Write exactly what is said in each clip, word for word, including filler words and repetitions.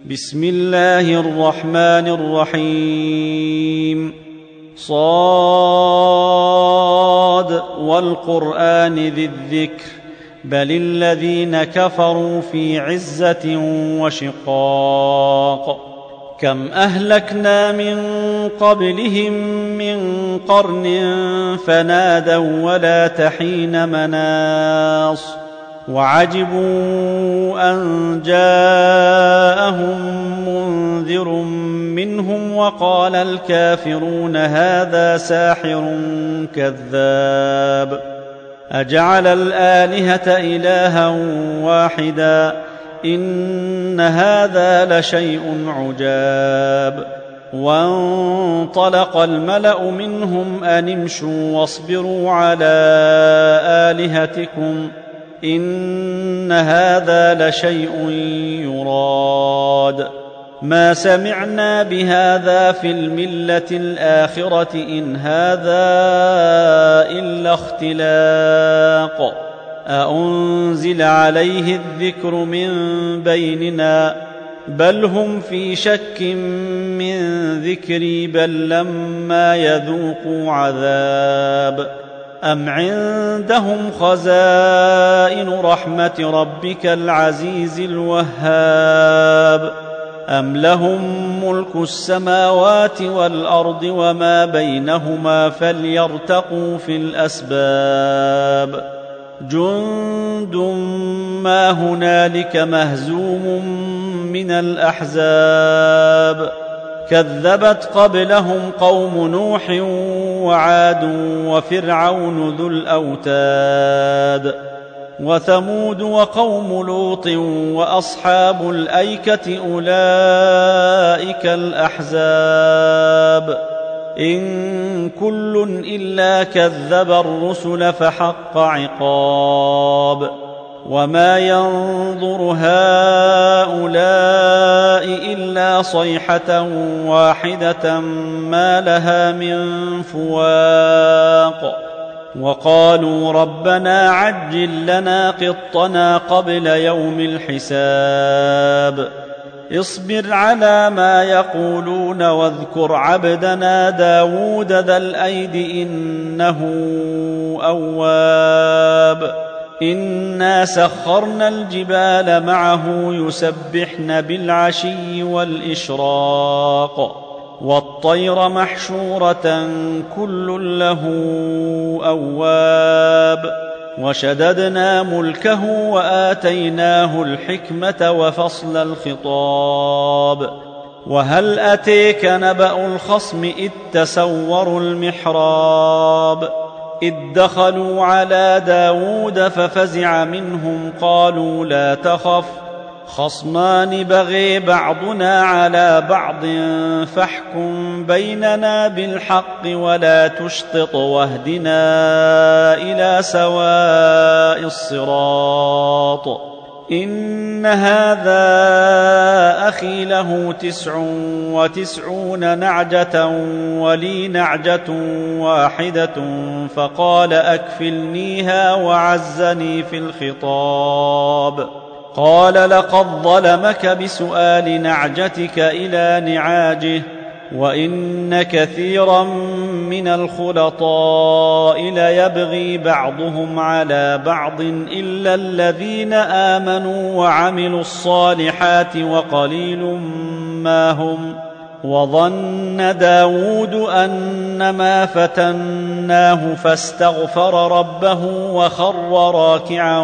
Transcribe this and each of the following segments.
بسم الله الرحمن الرحيم. صاد والقرآن ذي الذكر بل الذين كفروا في عزة وشقاق. كم أهلكنا من قبلهم من قرن فنادوا ولا تحين مناص وعجبوا أن جاءهم منذر منهم وقال الكافرون هذا ساحر كذاب أجعل الآلهة إلها واحدا إن هذا لشيء عجاب. وانطلق الملأ منهم أن امشوا واصبروا على آلهتكم إن هذا لشيء يراد ما سمعنا بهذا في الملة الآخرة إن هذا إلا اختلاق أأنزل عليه الذكر من بيننا بل هم في شك من ذكري بل لما يذوقوا عذاب أم عندهم خزائن رحمة ربك العزيز الوهاب أم لهم ملك السماوات والأرض وما بينهما فليرتقوا في الأسباب جند ما هنالك مهزوم من الأحزاب كذبت قبلهم قوم نوح وعاد وفرعون ذو الأوتاد وثمود وقوم لوط وأصحاب الأيكة أولئك الأحزاب إن كل إلا كذب الرسل فحق عقاب وما ينظر هؤلاء إلا صيحة واحدة ما لها من فواق وقالوا ربنا عجل لنا قطنا قبل يوم الحساب اصبر على ما يقولون واذكر عبدنا داود ذا الأيد إنه أواب إنا سخرنا الجبال معه يسبحن بالعشي والإشراق والطير محشورة كل له أواب وشددنا ملكه وآتيناه الحكمة وفصل الخطاب وهل أتيك نبأ الخصم إذ تسوروا المحراب إذ دخلوا على داود ففزع منهم قالوا لا تخف خصمان بغي بعضنا على بعض فاحكم بيننا بالحق ولا تشطط واهدنا إلى سواء الصراط إن هذا أخي له تسع وتسعون نعجة ولي نعجة واحدة فقال أكفلنيها وعزني في الخطاب قال لقد ظلمك بسؤال نعجتك إلى نعاجه وإن كثيرا من الخلطاء ليبغي بعضهم على بعض إلا الذين آمنوا وعملوا الصالحات وقليل ما هم وظن داود أنما فتناه فاستغفر ربه وخر راكعا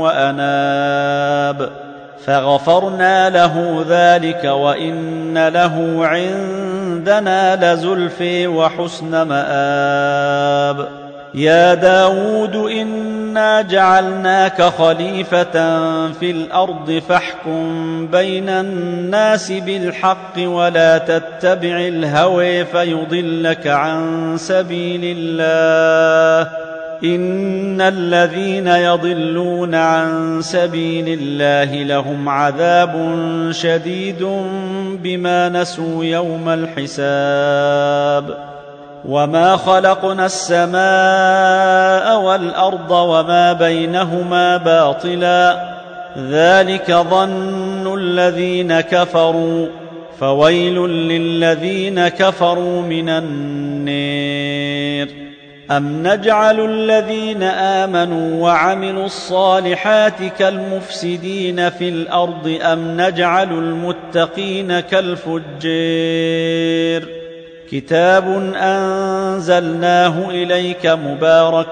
وأناب فغفرنا له ذلك وإن له عندنا لزلفى وحسن مآب يا داود إنا جعلناك خليفة في الأرض فاحكم بين الناس بالحق ولا تتبع الهوى فيضلك عن سبيل الله إن الذين يضلون عن سبيل الله لهم عذاب شديد بما نسوا يوم الحساب وما خلقنا السماء والأرض وما بينهما باطلا ذلك ظن الذين كفروا فويل للذين كفروا من النار. أم نجعل الذين آمنوا وعملوا الصالحات كالمفسدين في الأرض أم نجعل المتقين كالفجار. كتاب أنزلناه إليك مبارك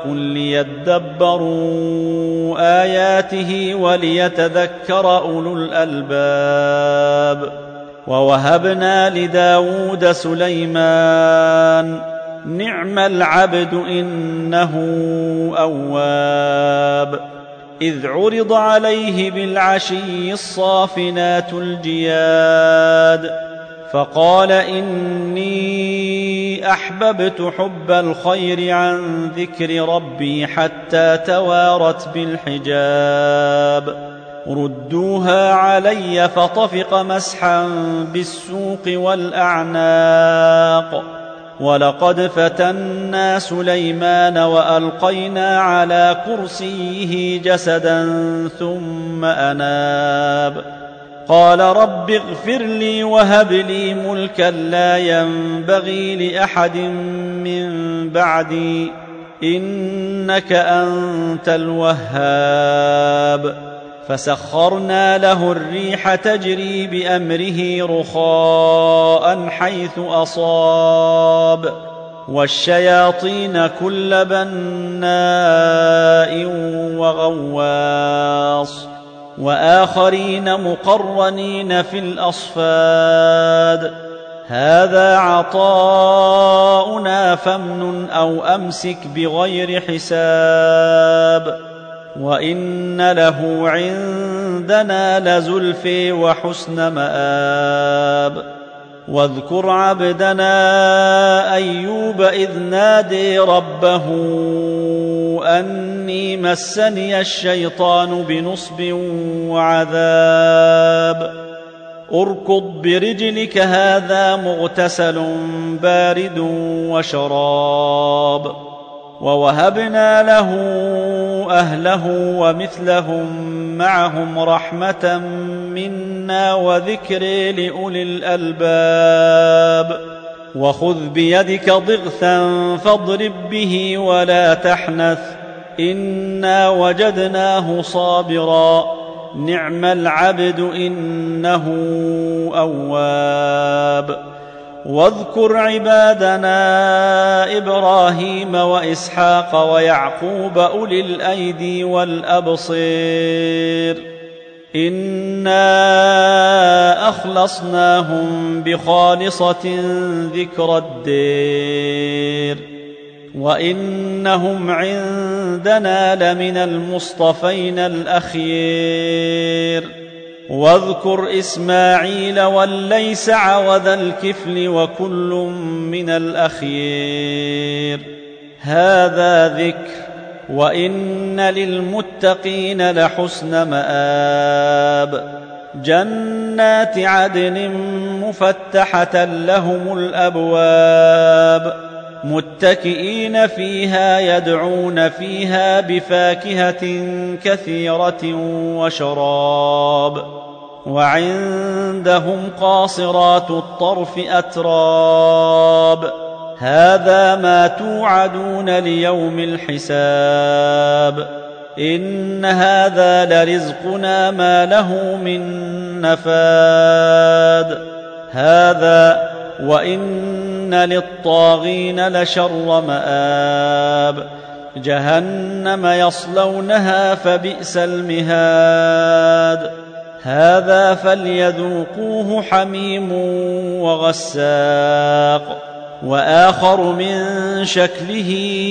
ليدبروا آياته وليتذكر أولو الألباب. ووهبنا لداود سليمان نعم العبد إنه أواب. إذ عرض عليه بالعشي الصافنات الجياد فقال إني أحببت حب الخير عن ذكر ربي حتى توارت بالحجاب. ردوها علي فطفق مسحا بالسوق والأعناق. ولقد فتنا سليمان وألقينا على كرسيه جسدا ثم أناب. قال رب اغفر لي وهب لي ملكا لا ينبغي لأحد من بعدي إنك أنت الوهاب. فسخرنا له الريح تجري بأمره رخاء حيث أصاب والشياطين كل بناء وغواص وآخرين مقرنين في الأصفاد. هذا عطاؤنا فامنن أو أمسك بغير حساب. وإن له عندنا لزلفى وحسن مآب. واذكر عبدنا أيوب إذ نادي ربه أني مسني الشيطان بنصب وعذاب. اركض برجلك هذا مغتسل بارد وشراب. ووهبنا له أهله ومثلهم معهم رحمة منا وذكر لأولي الألباب. وخذ بيدك ضغثا فاضرب به ولا تحنث إنا وجدناه صابرا نعم العبد إنه أواب. واذكر عبادنا إبراهيم وإسحاق ويعقوب أولي الأيدي والأبصير إنا أخلصناهم بخالصة ذكر الدير وإنهم عندنا لمن المصطفين الأخيار. واذكر إسماعيل واليسع وذا الكفل وكل من الأخيار. هذا ذكر وإن للمتقين لحسن مآب. جنات عدن مفتحة لهم الأبواب متكئين فيها يدعون فيها بفاكهة كثيرة وشراب. وعندهم قاصرات الطرف أتراب. هذا ما توعدون ليوم الحساب. إن هذا لرزقنا ما له من نفاد. هذا وإن للطاغين لشر مآب. جهنم يصلونها فبئس المهاد. هذا فليذوقوه حميم وغساق وآخر من شكله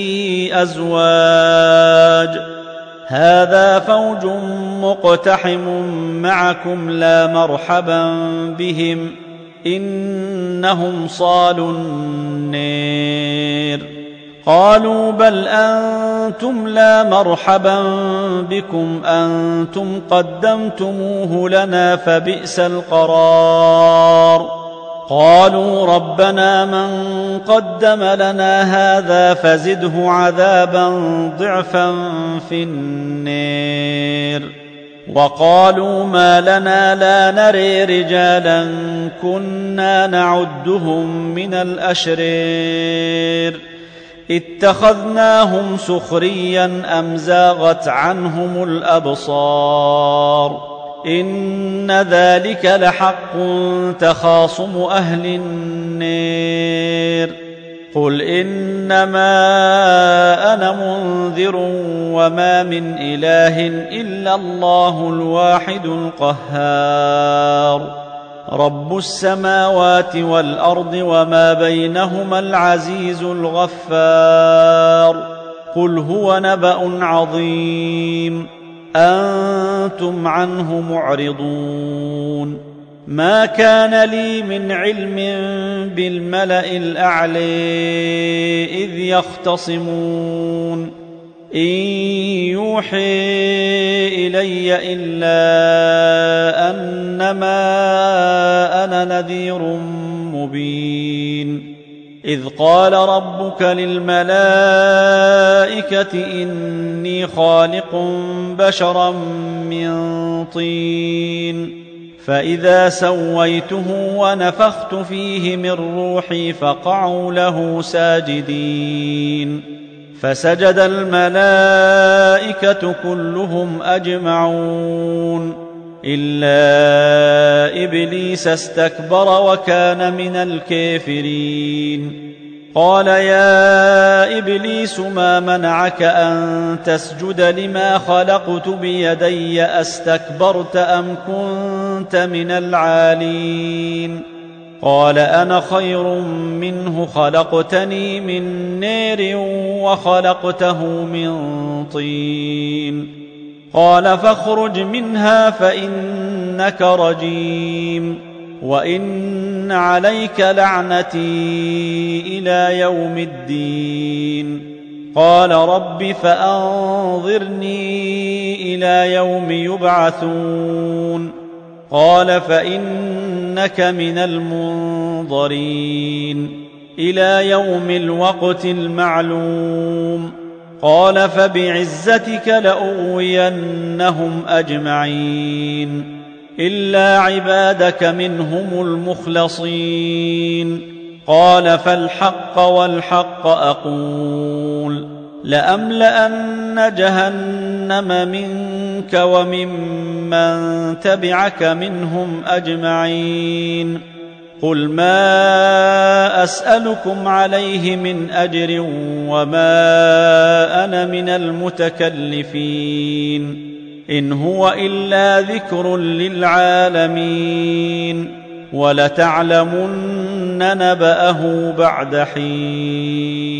أزواج. هذا فوج مقتحم معكم لا مرحبا بهم إنهم صالوا النير. قالوا بل أنتم لا مرحبا بكم أنتم قدمتموه لنا فبئس القرار. قالوا ربنا من قدم لنا هذا فزده عذابا ضعفا في النير. وقالوا ما لنا لا نري رجالا كنا نعدهم من الأشرار اتخذناهم سخريا أم زاغت عنهم الأبصار إن ذلك لحق تخاصم أهل النار قل إنما أنا منذر وما من إله إلا الله الواحد القهار رب السماوات والأرض وما بينهما العزيز الغفار قل هو نبأ عظيم أنتم عنه معرضون ما كان لي من علم بالملأ الأعلى إذ يختصمون إن يوحي إلي إلا أنما أنا نذير مبين إذ قال ربك للملائكة إني خالق بشرا من طين فإذا سويته ونفخت فيه من روحي فقعوا له ساجدين فسجد الملائكة كلهم أجمعون إلا إبليس استكبر وكان من الكافرين قال يا إبليس ما منعك أن تسجد لما خلقت بيدي أستكبرت أم كنت من العالين قال أنا خير منه خلقتني من نار وخلقته من طين قال فاخرج منها فإنك رجيم وإن عليك لعنتي إلى يوم الدين قال رب فأنظرني إلى يوم يبعثون قال فإنك من المنظرين إلى يوم الوقت المعلوم قال فبعزتك لأغوينهم أجمعين إلا عبادك منهم المخلصين قال فالحق والحق أقول لأملأن جهنم منك وممن تبعك منهم أجمعين قل ما أسألكم عليه من أجر وما أنا من المتكلفين إن هو إلا ذكر للعالمين ولتعلمن نبأه بعد حين